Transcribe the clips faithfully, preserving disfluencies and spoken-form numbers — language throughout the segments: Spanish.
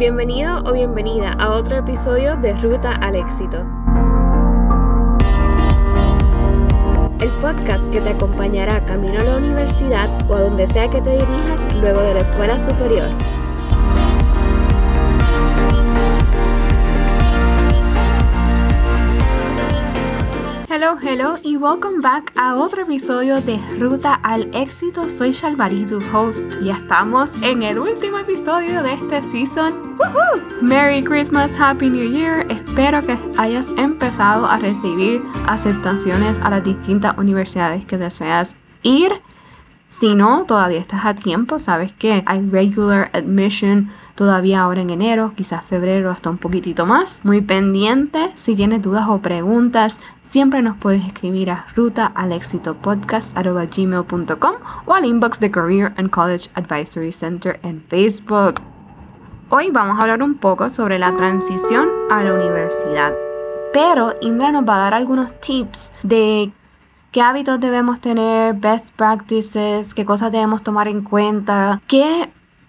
Bienvenido o bienvenida a otro episodio de Ruta al Éxito. El podcast que te acompañará camino a la universidad o a donde sea que te dirijas luego de la escuela superior. Hello, hello y welcome back a otro episodio de Ruta al Éxito. Soy Shalvari, tu host. Ya estamos en el último episodio de este season. ¡Woohoo! Merry Christmas, Happy New Year. Espero que hayas empezado a recibir aceptaciones a las distintas universidades que deseas ir. Si no, todavía estás a tiempo. Sabes que hay regular admission todavía ahora en enero, quizás febrero, hasta un poquitito más. Muy pendiente. Si tienes dudas o preguntas, siempre nos puedes escribir a rutaalexitopodcast arroba gmail punto com o al inbox de Career and College Advisory Center en Facebook. Hoy vamos a hablar un poco sobre la transición a la universidad. Pero Indra nos va a dar algunos tips de qué hábitos debemos tener, best practices, qué cosas debemos tomar en cuenta, qué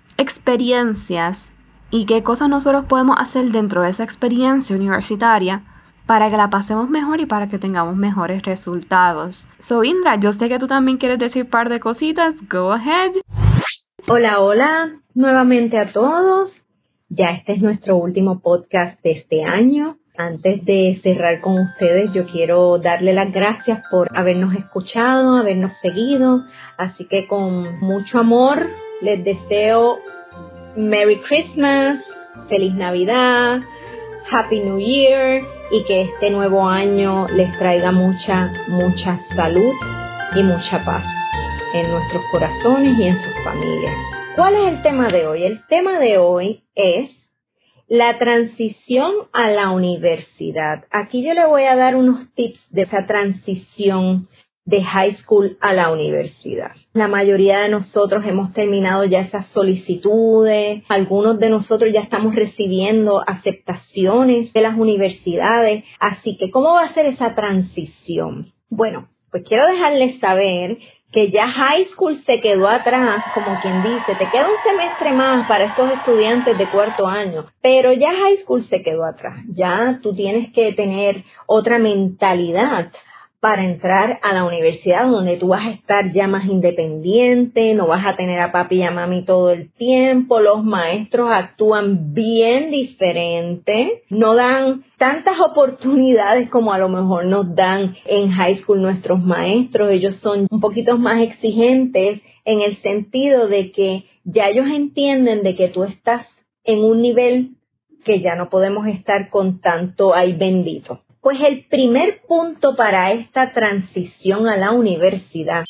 experiencias y qué cosas nosotros podemos hacer dentro de esa experiencia universitaria para que la pasemos mejor y para que tengamos mejores resultados. So, Indra, yo sé que tú también quieres decir un par de cositas. Go ahead. Hola, hola, nuevamente a todos. Ya este es nuestro último podcast de este año. Antes de cerrar con ustedes, yo quiero darle las gracias por habernos escuchado, habernos seguido. Así que con mucho amor les deseo Merry Christmas, Feliz Navidad, Happy New Year, y que este nuevo año les traiga mucha, mucha salud y mucha paz en nuestros corazones y en sus familias. ¿Cuál es el tema de hoy? El tema de hoy es la transición a la universidad. Aquí yo le voy a dar unos tips de esa transición de high school a la universidad. La mayoría de nosotros hemos terminado ya esas solicitudes, algunos de nosotros ya estamos recibiendo aceptaciones de las universidades, así que ¿cómo va a ser esa transición? Bueno, pues quiero dejarles saber que ya high school se quedó atrás, como quien dice, te queda un semestre más para estos estudiantes de cuarto año, pero ya high school se quedó atrás, ya tú tienes que tener otra mentalidad para entrar a la universidad donde tú vas a estar ya más independiente, no vas a tener a papi y a mami todo el tiempo, los maestros actúan bien diferente, no dan tantas oportunidades como a lo mejor nos dan en high school nuestros maestros, ellos son un poquito más exigentes en el sentido de que ya ellos entienden de que tú estás en un nivel que ya no podemos estar con tanto ay bendito. Pues el primer punto para esta transición a la universidad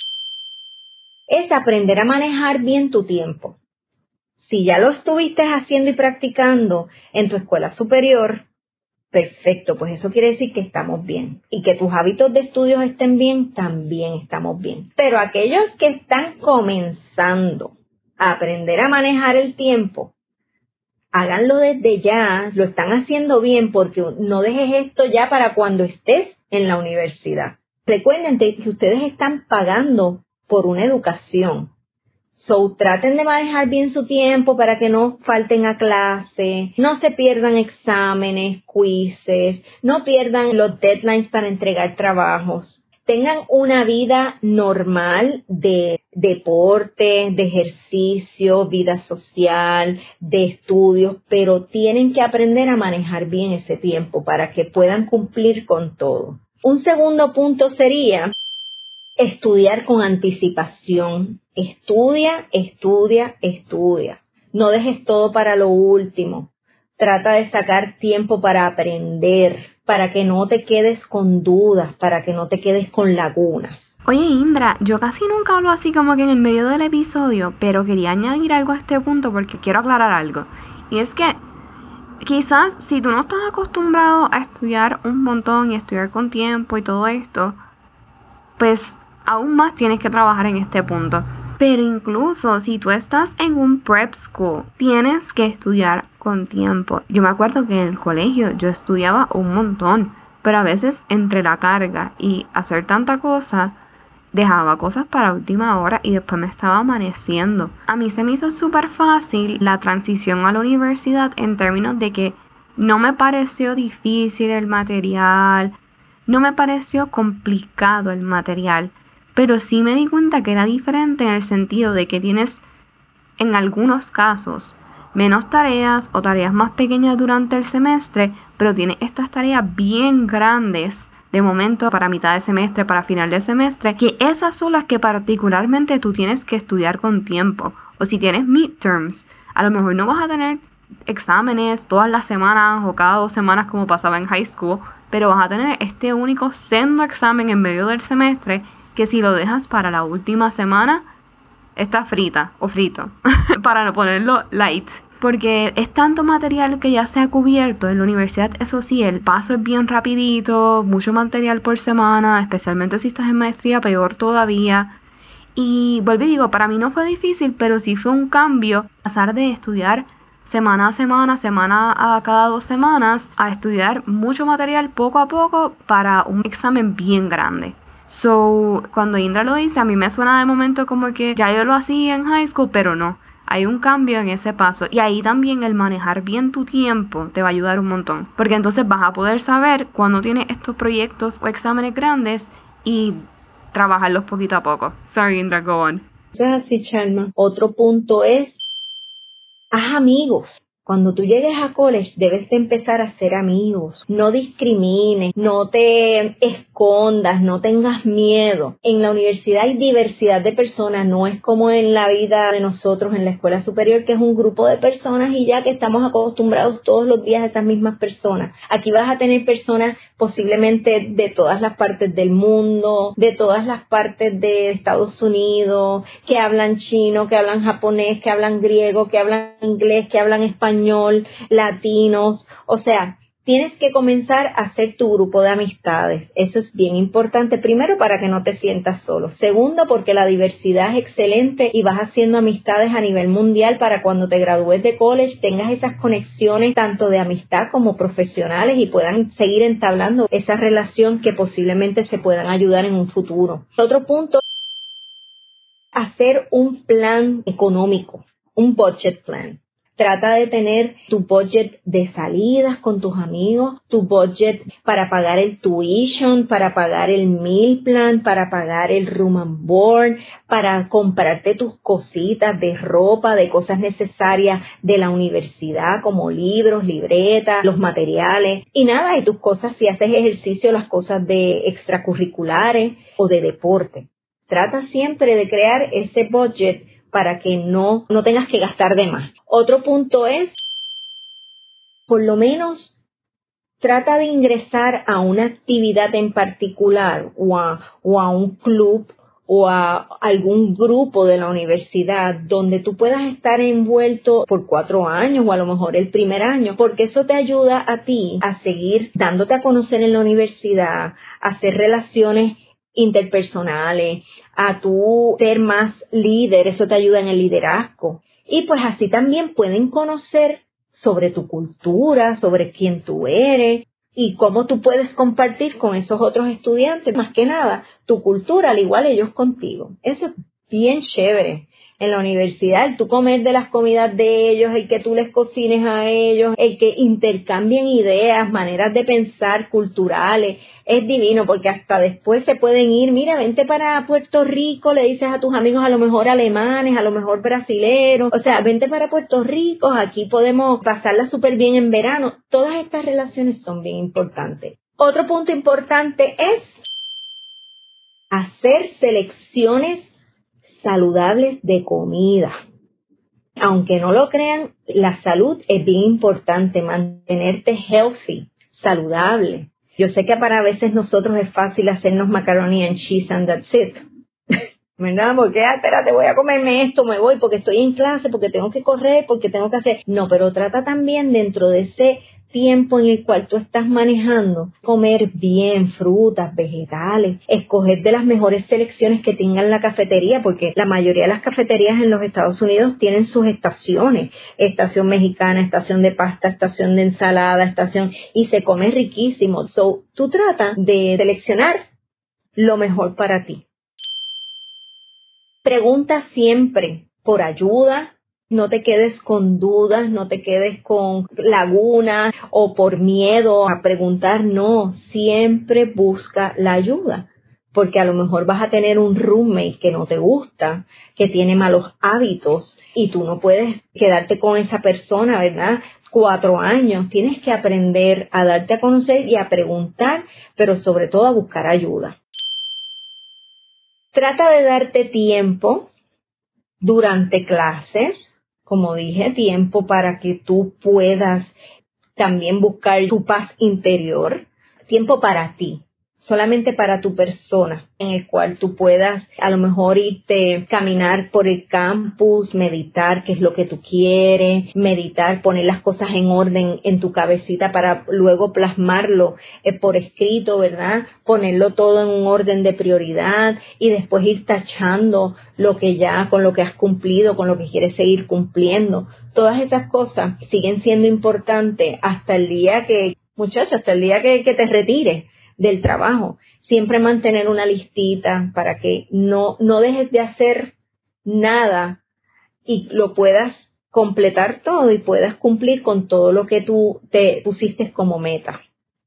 es aprender a manejar bien tu tiempo. Si ya lo estuviste haciendo y practicando en tu escuela superior, perfecto, pues eso quiere decir que estamos bien. Y que tus hábitos de estudios estén bien, también estamos bien. Pero aquellos que están comenzando a aprender a manejar el tiempo, háganlo desde ya, lo están haciendo bien porque no dejes esto ya para cuando estés en la universidad. Recuerden que ustedes están pagando por una educación. So, traten de manejar bien su tiempo para que no falten a clase, no se pierdan exámenes, quizzes, no pierdan los deadlines para entregar trabajos. Tengan una vida normal de deporte, de ejercicio, vida social, de estudios, pero tienen que aprender a manejar bien ese tiempo para que puedan cumplir con todo. Un segundo punto sería estudiar con anticipación. Estudia, estudia, estudia. No dejes todo para lo último. Trata de sacar tiempo para aprender, para que no te quedes con dudas, para que no te quedes con lagunas. Oye, Indra, yo casi nunca hablo así como que en el medio del episodio, pero quería añadir algo a este punto porque quiero aclarar algo. Y es que quizás si tú no estás acostumbrado a estudiar un montón y estudiar con tiempo y todo esto, pues aún más tienes que trabajar en este punto. Pero incluso si tú estás en un prep school, tienes que estudiar con tiempo. Yo me acuerdo que en el colegio yo estudiaba un montón, pero a veces entre la carga y hacer tanta cosa, dejaba cosas para última hora y después me estaba amaneciendo. A mí se me hizo súper fácil la transición a la universidad en términos de que no me pareció difícil el material, no me pareció complicado el material, pero sí me di cuenta que era diferente en el sentido de que tienes, en algunos casos, menos tareas o tareas más pequeñas durante el semestre, pero tienes estas tareas bien grandes de momento para mitad de semestre, para final de semestre, que esas son las que particularmente tú tienes que estudiar con tiempo. O si tienes midterms, a lo mejor no vas a tener exámenes todas las semanas o cada dos semanas como pasaba en high school, pero vas a tener este único sendo examen en medio del semestre que si lo dejas para la última semana, está frita o frito, para no ponerlo light. Porque es tanto material que ya se ha cubierto en la universidad. Eso sí, el paso es bien rapidito, mucho material por semana, especialmente si estás en maestría, peor todavía. Y vuelvo y digo, para mí no fue difícil, pero sí fue un cambio pasar de estudiar semana a semana, semana a cada dos semanas, a estudiar mucho material poco a poco para un examen bien grande. So, cuando Indra lo dice, a mí me suena de momento como que ya yo lo hacía en high school, pero no. Hay un cambio en ese paso y ahí también el manejar bien tu tiempo te va a ayudar un montón, porque entonces vas a poder saber cuando tienes estos proyectos o exámenes grandes y trabajarlos poquito a poco. Sorry, Indra, go on. Eso es así, Chalma. Otro punto es, haz amigos. Cuando tú llegues a college debes de empezar a hacer amigos. No discrimines, no te escondas, no tengas miedo. En la universidad hay diversidad de personas, no es como en la vida de nosotros en la escuela superior, que es un grupo de personas y ya que estamos acostumbrados todos los días a esas mismas personas. Aquí vas a tener personas posiblemente de todas las partes del mundo, de todas las partes de Estados Unidos, que hablan chino, que hablan japonés, que hablan griego, que hablan inglés, que hablan español, latinos. O sea, tienes que comenzar a hacer tu grupo de amistades. Eso es bien importante. Primero, para que no te sientas solo. Segundo, porque la diversidad es excelente y vas haciendo amistades a nivel mundial para cuando te gradúes de college tengas esas conexiones tanto de amistad como profesionales y puedan seguir entablando esa relación que posiblemente se puedan ayudar en un futuro. Otro punto, hacer un plan económico, un budget plan. Trata de tener tu budget de salidas con tus amigos, tu budget para pagar el tuition, para pagar el meal plan, para pagar el room and board, para comprarte tus cositas de ropa, de cosas necesarias de la universidad como libros, libretas, los materiales y nada, y tus cosas si haces ejercicio, las cosas de extracurriculares o de deporte. Trata siempre de crear ese budget para que no, no tengas que gastar de más. Otro punto es, por lo menos, trata de ingresar a una actividad en particular o a, o a un club o a algún grupo de la universidad donde tú puedas estar envuelto por cuatro años o a lo mejor el primer año, porque eso te ayuda a ti a seguir dándote a conocer en la universidad, a hacer relaciones interpersonales, a tú ser más líder, eso te ayuda en el liderazgo. Y pues así también pueden conocer sobre tu cultura, sobre quién tú eres y cómo tú puedes compartir con esos otros estudiantes, más que nada, tu cultura, al igual ellos contigo. Eso es bien chévere. En la universidad, el tú comer de las comidas de ellos, el que tú les cocines a ellos, el que intercambien ideas, maneras de pensar culturales, es divino porque hasta después se pueden ir, mira, vente para Puerto Rico, le dices a tus amigos a lo mejor alemanes, a lo mejor brasileros, o sea, vente para Puerto Rico, aquí podemos pasarla súper bien en verano. Todas estas relaciones son bien importantes. Otro punto importante es hacer selecciones saludables de comida. Aunque no lo crean, la salud es bien importante, mantenerte healthy, saludable. Yo sé que para a veces nosotros es fácil hacernos macaroni and cheese and that's it. ¿Verdad? Porque, ah, espérate, voy a comerme esto, me voy porque estoy en clase, porque tengo que correr, porque tengo que hacer... No, pero trata también dentro de ese tiempo en el cual tú estás manejando, comer bien frutas, vegetales, escoger de las mejores selecciones que tengan la cafetería, porque la mayoría de las cafeterías en los Estados Unidos tienen sus estaciones, estación mexicana, estación de pasta, estación de ensalada, estación, y se come riquísimo. So, tú trata de seleccionar lo mejor para ti. Pregunta siempre por ayuda. No te quedes con dudas, no te quedes con lagunas o por miedo a preguntar. No, siempre busca la ayuda. Porque a lo mejor vas a tener un roommate que no te gusta, que tiene malos hábitos y tú no puedes quedarte con esa persona, ¿verdad? Cuatro años. Tienes que aprender a darte a conocer y a preguntar, pero sobre todo a buscar ayuda. Trata de darte tiempo durante clases, como dije, tiempo para que tú puedas también buscar tu paz interior, tiempo para ti. Solamente para tu persona, en el cual tú puedas a lo mejor irte, caminar por el campus, meditar qué es lo que tú quieres, meditar, poner las cosas en orden en tu cabecita para luego plasmarlo eh, por escrito, ¿verdad? Ponerlo todo en un orden de prioridad y después ir tachando lo que ya, con lo que has cumplido, con lo que quieres seguir cumpliendo. Todas esas cosas siguen siendo importantes hasta el día que, muchachos, hasta el día que, que te retires del trabajo. Siempre mantener una listita para que no, no dejes de hacer nada y lo puedas completar todo y puedas cumplir con todo lo que tú te pusiste como meta.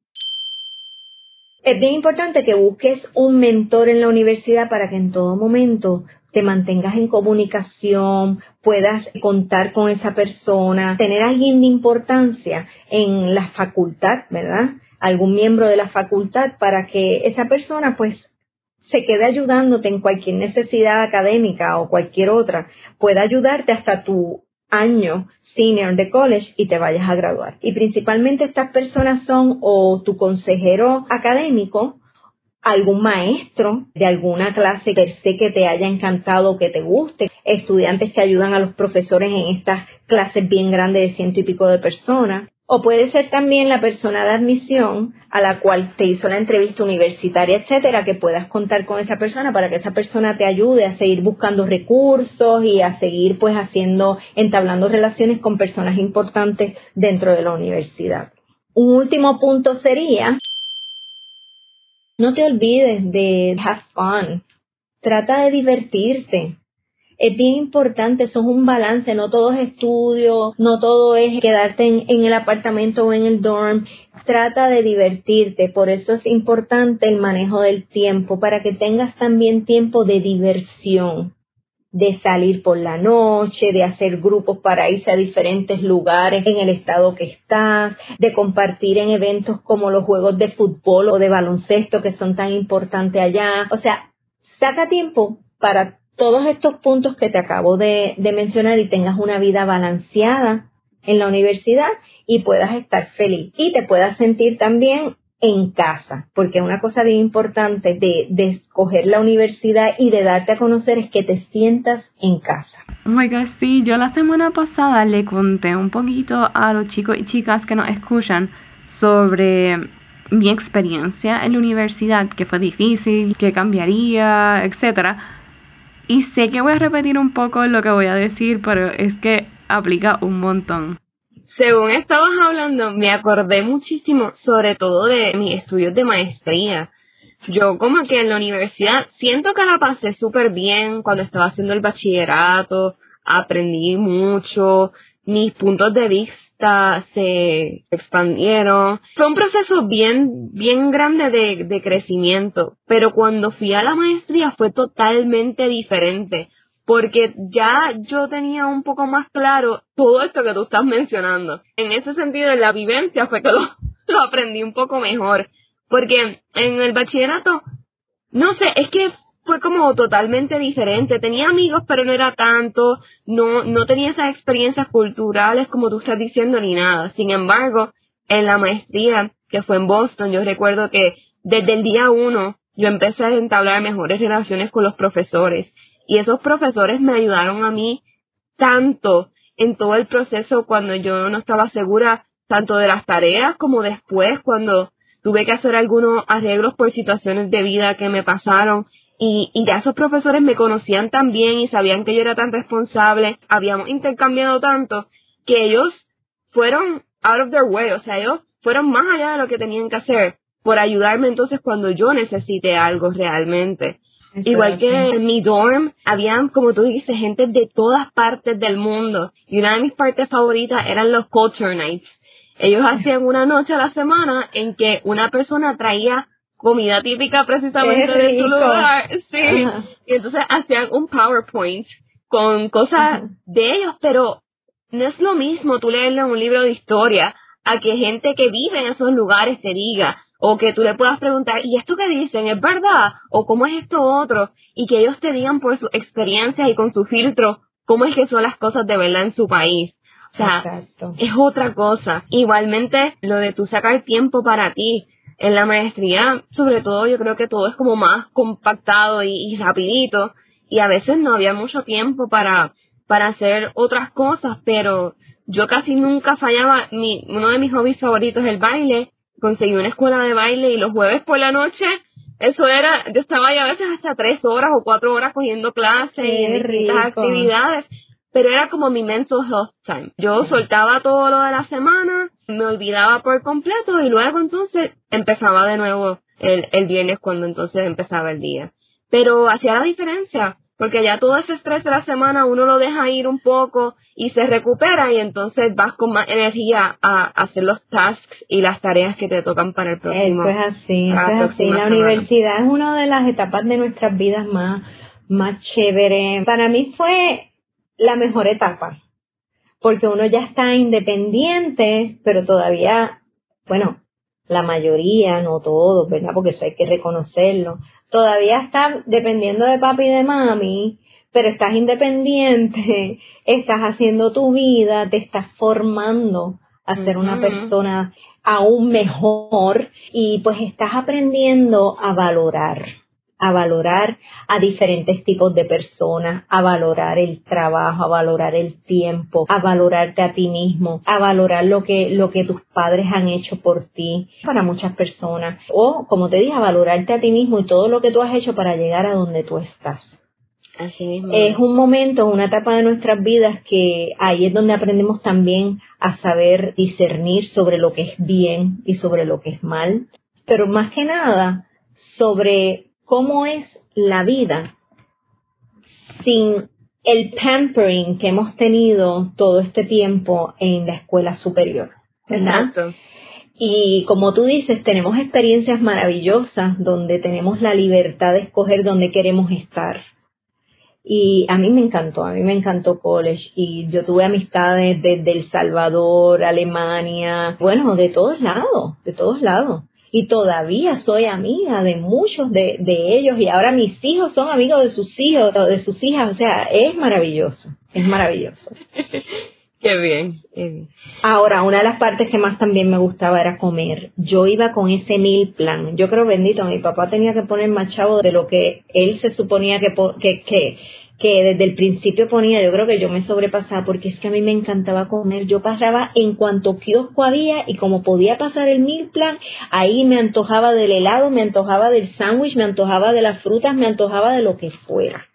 Es bien importante que busques un mentor en la universidad para que en todo momento te mantengas en comunicación, puedas contar con esa persona, tener a alguien de importancia en la facultad, ¿verdad? Algún miembro de la facultad para que esa persona pues se quede ayudándote en cualquier necesidad académica o cualquier otra, pueda ayudarte hasta tu año senior de college y te vayas a graduar. Y principalmente estas personas son o tu consejero académico, algún maestro de alguna clase per se que te haya encantado o que te guste, estudiantes que ayudan a los profesores en estas clases bien grandes de ciento y pico de personas. O puede ser también la persona de admisión a la cual te hizo la entrevista universitaria, etcétera, que puedas contar con esa persona para que esa persona te ayude a seguir buscando recursos y a seguir pues haciendo, entablando relaciones con personas importantes dentro de la universidad. Un último punto sería, no te olvides de have fun. Trata de divertirte. Es bien importante, eso es un balance, no todo es estudio, no todo es quedarte en, en el apartamento o en el dorm. Trata de divertirte, por eso es importante el manejo del tiempo, para que tengas también tiempo de diversión, de salir por la noche, de hacer grupos para irse a diferentes lugares en el estado que estás, de compartir en eventos como los juegos de fútbol o de baloncesto que son tan importantes allá. O sea, saca tiempo para todos estos puntos que te acabo de, de mencionar y tengas una vida balanceada en la universidad y puedas estar feliz y te puedas sentir también en casa, porque una cosa bien importante de, de escoger la universidad y de darte a conocer es que te sientas en casa. Oh my gosh, sí, yo la semana pasada le conté un poquito a los chicos y chicas que nos escuchan sobre mi experiencia en la universidad, que fue difícil, que cambiaría, etcétera. Y sé que voy a repetir un poco lo que voy a decir, pero es que aplica un montón. Según estabas hablando, me acordé muchísimo, sobre todo de mis estudios de maestría. Yo como que en la universidad siento que la pasé súper bien cuando estaba haciendo el bachillerato, aprendí mucho, mis puntos de vista se expandieron. Fue un proceso bien, bien grande de, de crecimiento, pero cuando fui a la maestría fue totalmente diferente, porque ya yo tenía un poco más claro todo esto que tú estás mencionando. En ese sentido, en la vivencia fue que lo, lo aprendí un poco mejor, porque en el bachillerato, no sé, es que fue como totalmente diferente. Tenía amigos, pero no era tanto. No, no tenía esas experiencias culturales como tú estás diciendo ni nada. Sin embargo, en la maestría, que fue en Boston, yo recuerdo que desde el día uno yo empecé a entablar mejores relaciones con los profesores. Y esos profesores me ayudaron a mí tanto en todo el proceso cuando yo no estaba segura tanto de las tareas como después cuando tuve que hacer algunos arreglos por situaciones de vida que me pasaron. Y, y ya esos profesores me conocían tan bien y sabían que yo era tan responsable, habíamos intercambiado tanto, que ellos fueron out of their way, o sea, ellos fueron más allá de lo que tenían que hacer por ayudarme entonces cuando yo necesité algo realmente. Eso Igual que en mi dorm, habían, como tú dices, gente de todas partes del mundo. Y una de mis partes favoritas eran los culture nights. Ellos hacían una noche a la semana en que una persona traía comida típica precisamente de su lugar. Sí. Ajá. Y entonces hacían un PowerPoint con cosas Ajá. de ellos, pero no es lo mismo tú leerlo en un libro de historia a que gente que vive en esos lugares te diga, o que tú le puedas preguntar, ¿y esto que dicen es verdad? ¿O cómo es esto otro? Y que ellos te digan por su experiencia y con su filtro cómo es que son las cosas de verdad en su país. O sea, Exacto. es otra cosa. Igualmente, lo de tú sacar tiempo para ti. En la maestría, sobre todo, yo creo que todo es como más compactado y, y rapidito. Y a veces no había mucho tiempo para, para hacer otras cosas, pero yo casi nunca fallaba. Mi, uno de mis hobbies favoritos es el baile. Conseguí una escuela de baile y los jueves por la noche, eso era, yo estaba ahí a veces hasta tres horas o cuatro horas cogiendo clases y en distintas actividades, pero era como mi mental health time. Yo soltaba todo lo de la semana, me olvidaba por completo y luego entonces empezaba de nuevo el, el viernes cuando entonces empezaba el día. Pero hacía la diferencia, porque ya todo ese estrés de la semana uno lo deja ir un poco y se recupera y entonces vas con más energía a hacer los tasks y las tareas que te tocan para el próximo. Eso es así, eso es así. La universidad es una de las etapas de nuestras vidas más, más chévere. Para mí fue la mejor etapa, porque uno ya está independiente, pero todavía, bueno, la mayoría, no todos, ¿verdad? Porque eso hay que reconocerlo. Todavía estás dependiendo de papi y de mami, pero estás independiente, estás haciendo tu vida, te estás formando a ser uh-huh. una persona aún mejor y pues estás aprendiendo a valorar, a valorar a diferentes tipos de personas, a valorar el trabajo, a valorar el tiempo, a valorarte a ti mismo, a valorar lo que, lo que tus padres han hecho por ti, para muchas personas, o como te dije, a valorarte a ti mismo y todo lo que tú has hecho para llegar a donde tú estás. Así mismo. Es un momento, una etapa de nuestras vidas que ahí es donde aprendemos también a saber discernir sobre lo que es bien y sobre lo que es mal, pero más que nada sobre cómo es la vida sin el pampering que hemos tenido todo este tiempo en la escuela superior, ¿verdad? Exacto. Y como tú dices, tenemos experiencias maravillosas donde tenemos la libertad de escoger dónde queremos estar. Y a mí me encantó, a mí me encantó college y yo tuve amistades desde El Salvador, Alemania, bueno, de todos lados, de todos lados. Y todavía soy amiga de muchos de, de ellos y ahora mis hijos son amigos de sus hijos, de sus hijas, o sea, es maravilloso, es maravilloso. Qué bien, qué bien. Ahora, una de las partes que más también me gustaba era comer. Yo iba con ese meal plan. Yo creo, bendito, mi papá tenía que poner más chavo de lo que él se suponía que, que, que, que desde el principio ponía. Yo creo que yo me sobrepasaba porque es que a mí me encantaba comer. Yo pasaba en cuanto kiosco había y como podía pasar el meal plan, ahí me antojaba del helado, me antojaba del sándwich, me antojaba de las frutas, me antojaba de lo que fuera.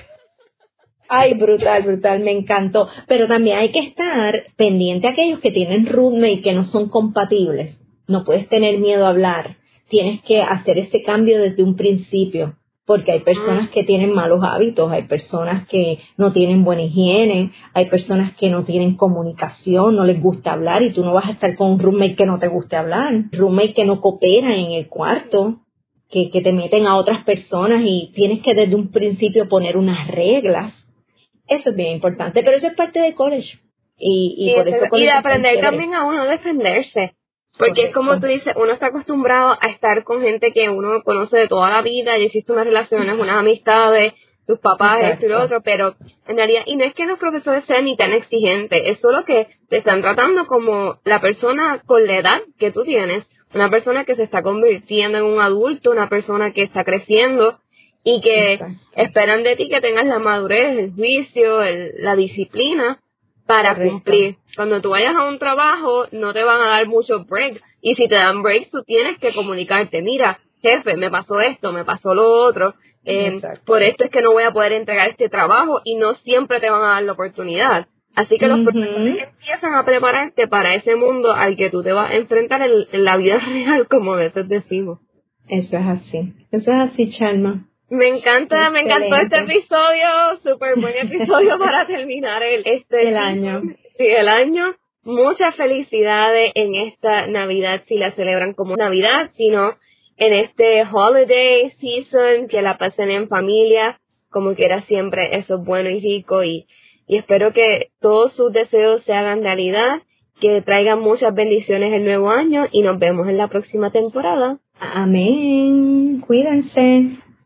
Ay, brutal, brutal, me encantó. Pero también hay que estar pendiente a aquellos que tienen roommate que no son compatibles. No puedes tener miedo a hablar. Tienes que hacer ese cambio desde un principio. Porque hay personas que tienen malos hábitos, hay personas que no tienen buena higiene, hay personas que no tienen comunicación, no les gusta hablar y tú no vas a estar con un roommate que no te guste hablar. Roommate que no coopera en el cuarto, que, que te meten a otras personas y tienes que desde un principio poner unas reglas. Eso es bien importante, pero eso es parte de college. Y, y, y, por eso y de aprender también a uno defenderse. Porque Correcto. Es como tú dices, uno está acostumbrado a estar con gente que uno conoce de toda la vida, y existen unas relaciones, unas amistades, tus papás, esto y lo otro, pero en realidad, y no es que los profesores sean ni tan exigentes, es solo que te están tratando como la persona con la edad que tú tienes, una persona que se está convirtiendo en un adulto, una persona que está creciendo, y que Exacto. esperan de ti que tengas la madurez, el juicio, el, la disciplina para Correcto. Cumplir. Cuando tú vayas a un trabajo, no te van a dar muchos breaks. Y si te dan breaks, tú tienes que comunicarte. Mira, jefe, me pasó esto, me pasó lo otro. Eh, por esto es que no voy a poder entregar este trabajo y no siempre te van a dar la oportunidad. Así que los uh-huh. profesores empiezan a prepararte para ese mundo al que tú te vas a enfrentar en, en la vida real, como a veces decimos. Eso es así. Eso es así, Chalma. Me encanta, me encantó este Excelente. episodio, súper buen episodio para terminar el, este El año. Sí, el año. Muchas felicidades en esta Navidad, si la celebran como Navidad, sino en este holiday season, que la pasen en familia, como quiera siempre, eso es bueno y rico, y, y espero que todos sus deseos se hagan realidad, que traigan muchas bendiciones el nuevo año, y nos vemos en la próxima temporada. Amén. Cuídense.